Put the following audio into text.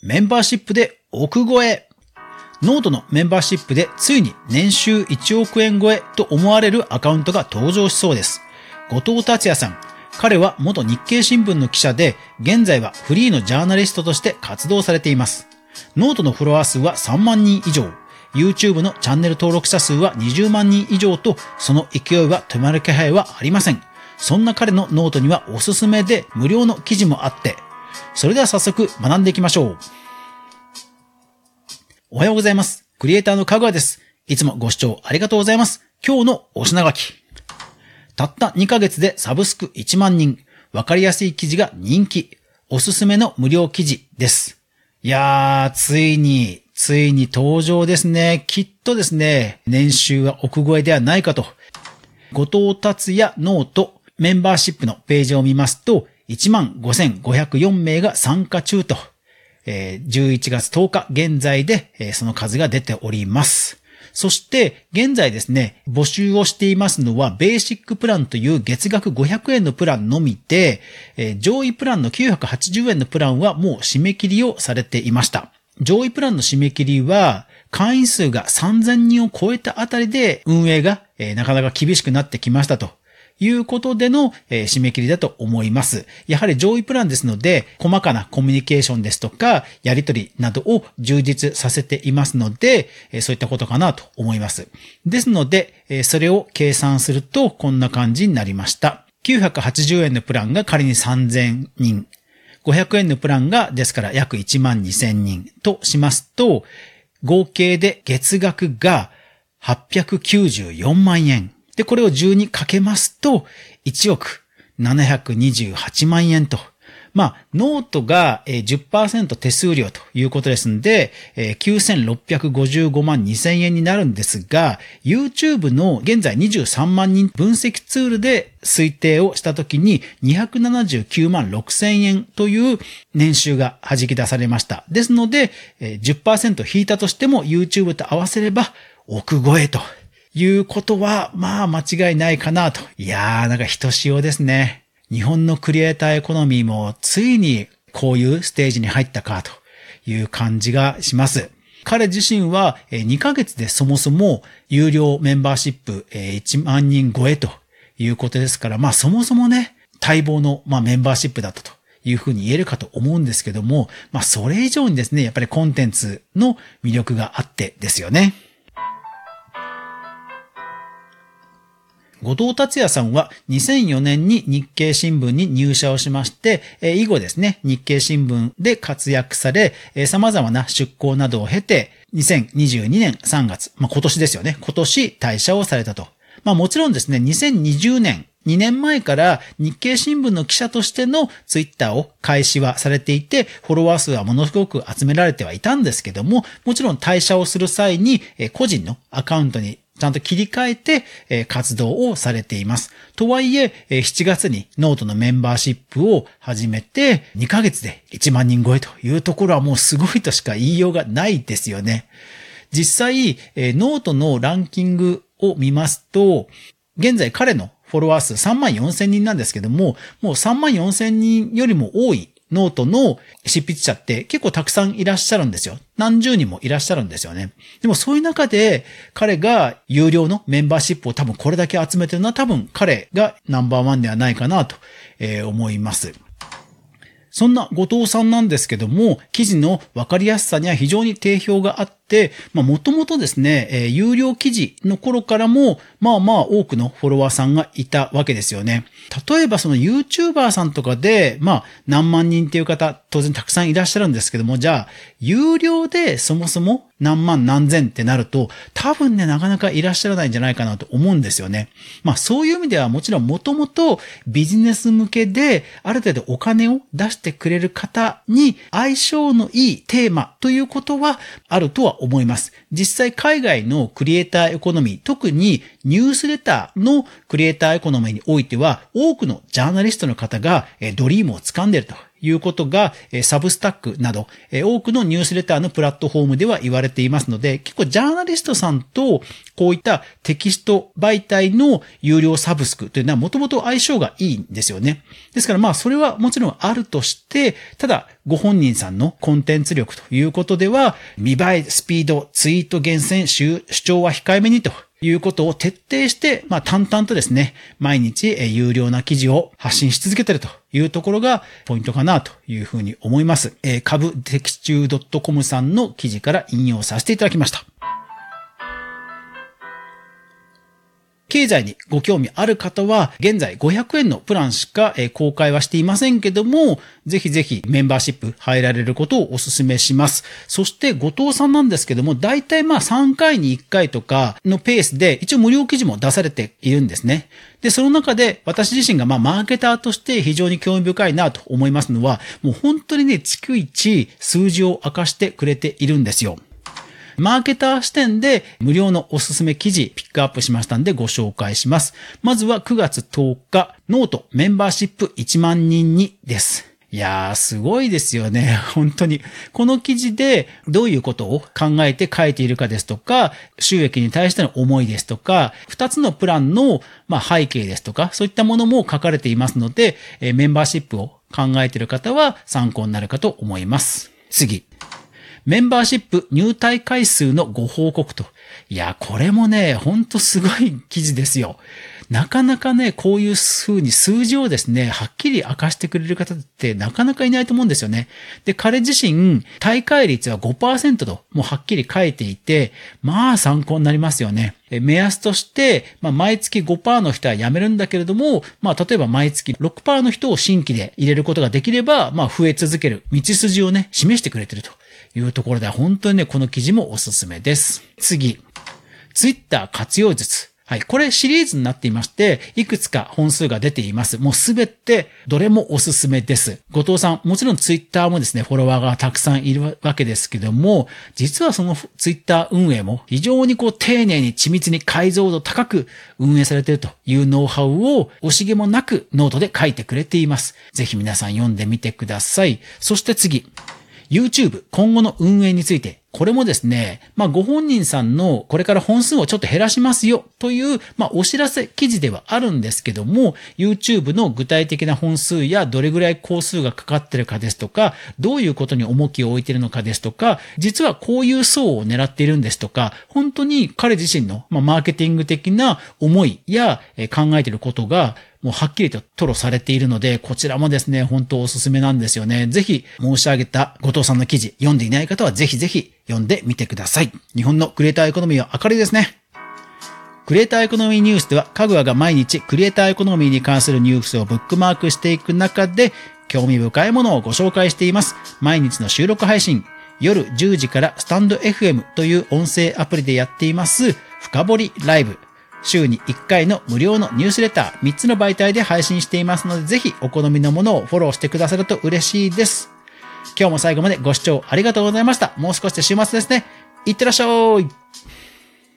メンバーシップで億超え。ノートのメンバーシップでついに年収1億円超えと思われるアカウントが登場しそうです。後藤達也さん。彼は元日経新聞の記者で、現在はフリーのジャーナリストとして活動されています。ノートのフォロワー数は3万人以上。YouTube のチャンネル登録者数は20万人以上と、その勢いは止まる気配はありません。そんな彼のノートにはおすすめで無料の記事もあって、それでは早速学んでいきましょう。おはようございます。クリエイターのかぐわです。いつもご視聴ありがとうございます。今日のお品書き。たった2ヶ月でサブスク1万人。わかりやすい記事が人気。おすすめの無料記事です。いやー、ついに登場ですね。きっとですね、年収は億超えではないかと。後藤達也ノートメンバーシップのページを見ますと、15,504 名が参加中と。11月10日現在でその数が出ております。そして現在ですね、募集をしていますのはベーシックプランという月額500円のプランのみで、上位プランの980円のプランはもう締め切りをされていました。上位プランの締め切りは会員数が3000人を超えたあたりで運営がなかなか厳しくなってきましたということでの締め切りだと思います。やはり上位プランですので、細かなコミュニケーションですとか、やり取りなどを充実させていますので、そういったことかなと思います。ですので、それを計算するとこんな感じになりました。980円のプランが仮に3000人。500円のプランがですから約1万2000人としますと、合計で月額が894万円。で、これを12かけますと、1億728万円と。ノートが 10% 手数料ということですので、9655万2000円になるんですが、YouTube の現在23万人分析ツールで推定をしたときに279万6000円という年収が弾き出されました。ですので、10% 引いたとしても YouTube と合わせれば億超えということは、間違いないかなと。いやー、なんかひとしおですね。日本のクリエイターエコノミーもついにこういうステージに入ったかという感じがします。彼自身は2ヶ月でそもそも有料メンバーシップ1万人超えということですから、そもそもね、待望のメンバーシップだったというふうに言えるかと思うんですけども、それ以上にですね、やっぱりコンテンツの魅力があってですよね。後藤達也さんは2004年に日経新聞に入社をしまして、以後ですね、日経新聞で活躍され、様々な出向などを経て、2022年3月、今年ですよね、今年退社をされたと。もちろんですね、2020年、2年前から日経新聞の記者としてのツイッターを開始はされていて、フォロワー数はものすごく集められてはいたんですけども、もちろん退社をする際に個人のアカウントにちゃんと切り替えて活動をされています。とはいえ、7月にノートのメンバーシップを始めて2ヶ月で1万人超えというところはもうすごいとしか言いようがないですよね。実際、ノートのランキングを見ますと、現在彼のフォロワー数3万4000人なんですけども、もう3万4000人よりも多いノートの執筆者って結構たくさんいらっしゃるんですよ。何十人もいらっしゃるんですよね。でもそういう中で彼が有料のメンバーシップを多分これだけ集めてるのは多分彼がナンバーワンではないかなと思います。そんな後藤さんなんですけども、記事の分かりやすさには非常に定評があって、もともとですね、有料記事の頃からも、多くのフォロワーさんがいたわけですよね。例えばその YouTuber さんとかで、何万人っていう方、当然たくさんいらっしゃるんですけども、じゃあ、有料でそもそも何万何千ってなると、多分ね、なかなかいらっしゃらないんじゃないかなと思うんですよね。そういう意味ではもちろんもともとビジネス向けで、ある程度お金を出してくれる方に相性のいいテーマということはあるとは思います。実際海外のクリエイターエコノミー、特にニュースレターのクリエイターエコノミーにおいては、多くのジャーナリストの方がドリームを掴んでいるということが、サブスタックなど、多くのニュースレターのプラットフォームでは言われていますので、結構ジャーナリストさんとこういったテキスト媒体の有料サブスクというのはもともと相性がいいんですよね。ですからそれはもちろんあるとして、ただご本人さんのコンテンツ力ということでは、見栄え、スピード、ツイート厳選、主張は控えめにということを徹底して、淡々とですね、毎日有料な記事を発信し続けているというところがポイントかなというふうに思います。株的中 .com さんの記事から引用させていただきました。経済にご興味ある方は、現在500円のプランしか公開はしていませんけども、ぜひぜひメンバーシップ入られることをお勧めします。そして後藤さんなんですけども、だいたい3回に1回とかのペースで一応無料記事も出されているんですね。で、その中で私自身がマーケターとして非常に興味深いなと思いますのは、もう本当にね、逐一数字を明かしてくれているんですよ。マーケター視点で無料のおすすめ記事ピックアップしましたんでご紹介します。まずは9月10日、ノートメンバーシップ1万人にです。いやー、すごいですよね。本当に。この記事でどういうことを考えて書いているかですとか、収益に対しての思いですとか、2つのプランの背景ですとか、そういったものも書かれていますので、メンバーシップを考えている方は参考になるかと思います。次。メンバーシップ入隊回数のご報告と。いや、これもね、ほんとすごい記事ですよ。なかなかね、こういう風に数字をですね、はっきり明かしてくれる方ってなかなかいないと思うんですよね。で、彼自身、退会率は 5% と、もうはっきり書いていて、参考になりますよね。目安として、毎月 5% の人は辞めるんだけれども、例えば毎月 6% の人を新規で入れることができれば、増え続ける道筋をね、示してくれてるというところで、本当にね、この記事もおすすめです。次。Twitter 活用術。はい。これシリーズになっていまして、いくつか本数が出ています。もうすべて、どれもおすすめです。後藤さん、もちろんツイッターもですね、フォロワーがたくさんいるわけですけども、実はそのツイッター運営も非常に丁寧に緻密に解像度高く運営されているというノウハウを惜しげもなくノートで書いてくれています。ぜひ皆さん読んでみてください。そして次。YouTube 今後の運営について、これもですね、ご本人さんのこれから本数をちょっと減らしますよという、お知らせ記事ではあるんですけども、YouTube の具体的な本数やどれぐらい工数がかかってるかですとか、どういうことに重きを置いているのかですとか、実はこういう層を狙っているんですとか、本当に彼自身のマーケティング的な思いや考えていることが、もうはっきりと吐露されているので、こちらもですね、本当おすすめなんですよね。ぜひ申し上げた後藤さんの記事、読んでいない方はぜひぜひ読んでみてください。日本のクリエイターエコノミーは明るいですね。クリエイターエコノミーニュースでは、かぐわが毎日クリエイターエコノミーに関するニュースをブックマークしていく中で、興味深いものをご紹介しています。毎日の収録配信、夜10時からスタンド FM という音声アプリでやっています、深掘りライブ。週に1回の無料のニュースレター、3つの媒体で配信していますので、ぜひお好みのものをフォローしてくださると嬉しいです。今日も最後までご視聴ありがとうございました。もう少しで週末ですね。いってらっしゃい。